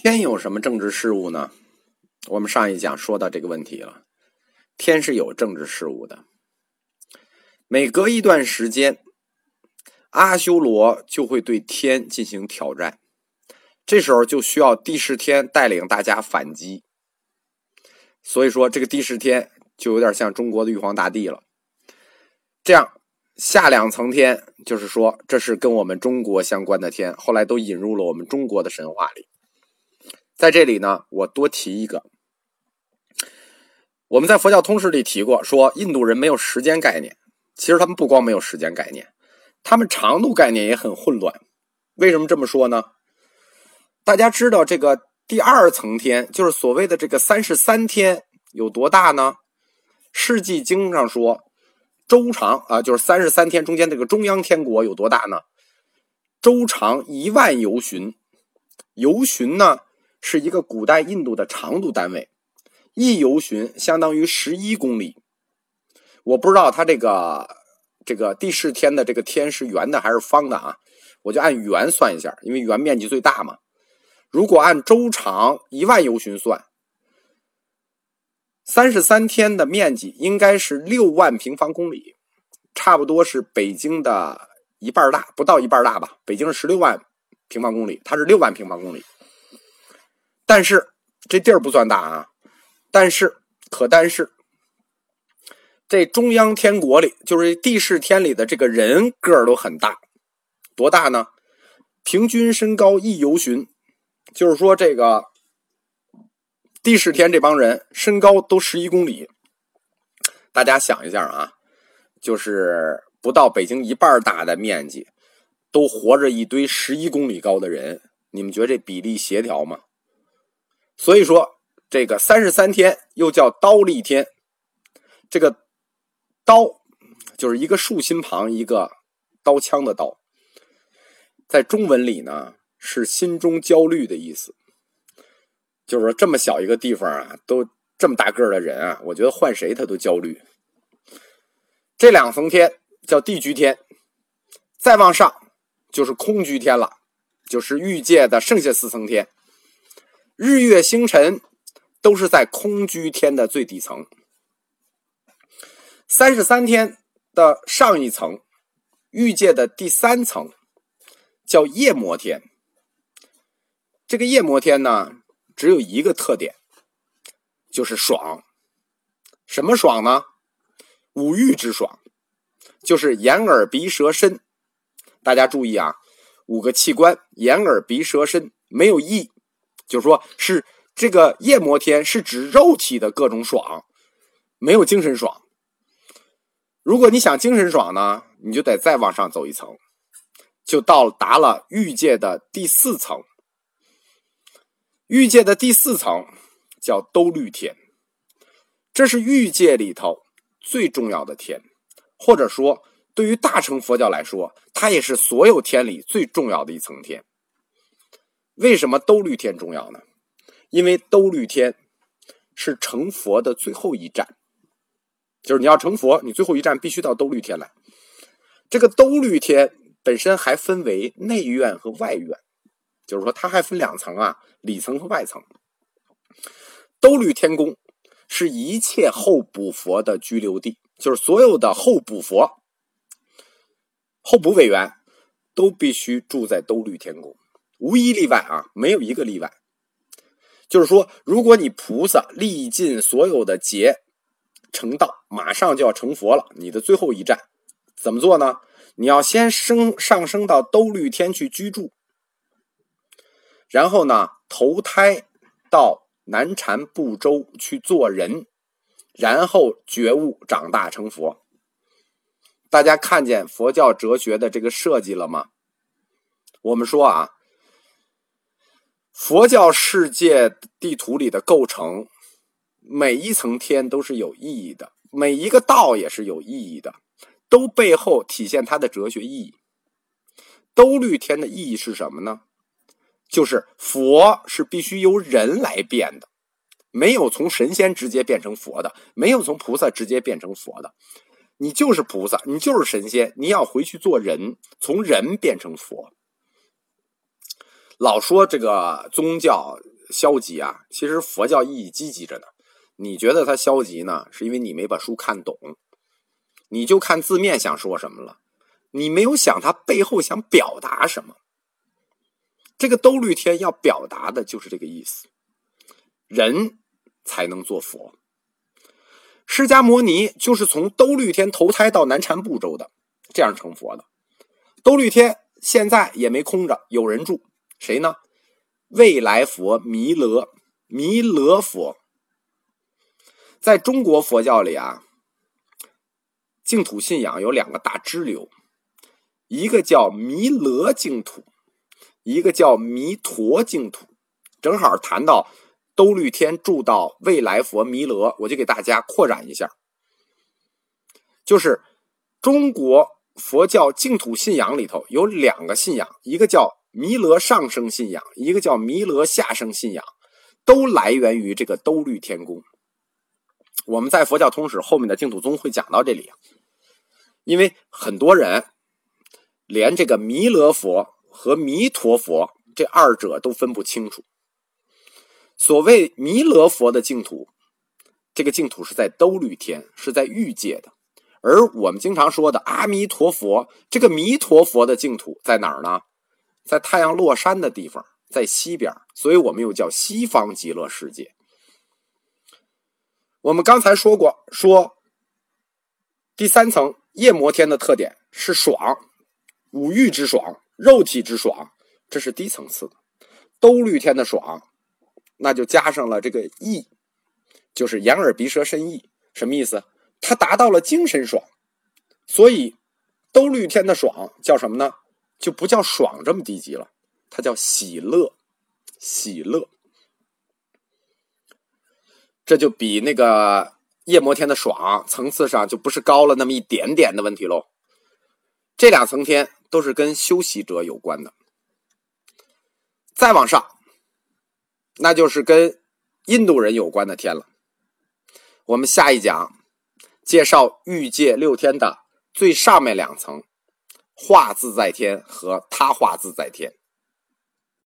天有什么政治事务呢？我们上一讲说到这个问题了。天是有政治事务的。每隔一段时间，阿修罗就会对天进行挑战，这时候就需要帝释天带领大家反击。所以说这个帝释天就有点像中国的玉皇大帝了。这样下两层天，就是说这是跟我们中国相关的天，后来都引入了我们中国的神话里。在这里呢，我多提一个，我们在佛教通史里提过，说印度人没有时间概念。其实他们不光没有时间概念，他们长度概念也很混乱。为什么这么说呢？大家知道这个第二层天，就是所谓的这个33天有多大呢？世纪经上说周长就是33天中间这个中央天国有多大呢？周长10000由旬。由旬呢是一个古代印度的长度单位，1由旬相当于11公里。我不知道它这个帝释天的这个天是圆的还是方的啊？我就按圆算一下，因为圆面积最大嘛。如果按周长10000由旬算，33天的面积应该是6万平方公里，差不多是北京的一半大，不到一半大吧。北京是16万平方公里，它是6万平方公里。但是这地儿不算大啊，但是这中央天国里，就是帝释天里的这个人个儿都很大。多大呢？平均身高1由旬，就是说这个帝释天这帮人身高都11公里。大家想一下啊，就是不到北京一半大的面积，都活着一堆11公里高的人，你们觉得这比例协调吗？所以说这个33天又叫刀立天，这个刀就是一个竖心旁一个刀枪的刀，在中文里呢是心中焦虑的意思。就是说这么小一个地方啊，都这么大个的人啊，我觉得换谁他都焦虑。这两层天叫地居天，再往上就是空居天了，就是欲界的剩下4层天。日月星辰都是在空居天的最底层。33天的上一层，欲界的第3层叫夜摩天。这个夜摩天呢只有一个特点，就是爽。什么爽呢？五欲之爽，就是眼耳鼻舌身。大家注意啊，5个器官，眼耳鼻舌身，没有意，就是说是这个夜摩天是指肉体的各种爽，没有精神爽。如果你想精神爽呢，你就得再往上走一层，就到达了欲界的第4层。欲界的第4层叫兜率天，这是欲界里头最重要的天，或者说对于大乘佛教来说，它也是所有天里最重要的一层天。为什么兜率天重要呢？因为兜率天是成佛的最后一站，就是你要成佛，你最后一站必须到兜率天来。这个兜率天本身还分为内院和外院，就是说它还分2层啊，里层和外层。兜率天宫是一切候补佛的居留地，就是所有的候补佛、候补委员都必须住在兜率天宫，无一例外啊，没有一个例外。就是说如果你菩萨历尽所有的劫成道，马上就要成佛了，你的最后一站怎么做呢？你要先上升到兜率天去居住，然后呢投胎到南禅部洲去做人，然后觉悟长大成佛。大家看见佛教哲学的这个设计了吗？我们说啊，佛教世界地图里的构成，每一层天都是有意义的，每一个道也是有意义的，都背后体现它的哲学意义。兜率天的意义是什么呢？就是佛是必须由人来变的，没有从神仙直接变成佛的，没有从菩萨直接变成佛的。你就是菩萨，你就是神仙，你要回去做人，从人变成佛。老说这个宗教消极啊，其实佛教意义积极着呢。你觉得它消极呢，是因为你没把书看懂，你就看字面想说什么了，你没有想它背后想表达什么。这个兜率天要表达的就是这个意思，人才能做佛。释迦牟尼就是从兜率天投胎到南禅部洲的，这样成佛的。兜率天现在也没空着，有人住，谁呢？未来佛弥勒佛。在中国佛教里啊，净土信仰有2个大支流，一个叫弥勒净土，一个叫弥陀净土。正好谈到兜率天住到未来佛弥勒，我就给大家扩展一下。就是中国佛教净土信仰里头有2个信仰，一个叫弥勒上生信仰，一个叫弥勒下生信仰，都来源于这个兜率天宫。我们在佛教通史后面的净土宗会讲到这里，因为很多人连这个弥勒佛和弥陀佛这2者都分不清楚。所谓弥勒佛的净土，这个净土是在兜率天，是在欲界的。而我们经常说的阿弥陀佛，这个弥陀佛的净土在哪儿呢？在太阳落山的地方，在西边，所以我们又叫西方极乐世界。我们刚才说过，说第3层夜摩天的特点是爽，五欲之爽，肉体之爽，这是低层次的。兜率天的爽，那就加上了这个意，就是眼耳鼻舌身意。什么意思？它达到了精神爽。所以兜率天的爽叫什么呢？就不叫爽这么低级了，它叫喜乐。喜乐，这就比那个夜摩天的爽层次上就不是高了那么一点点的问题喽。这2层天都是跟修习者有关的。再往上，那就是跟印度人有关的天了。我们下一讲介绍欲界6天的最上面2层，化自在天和他化自在天。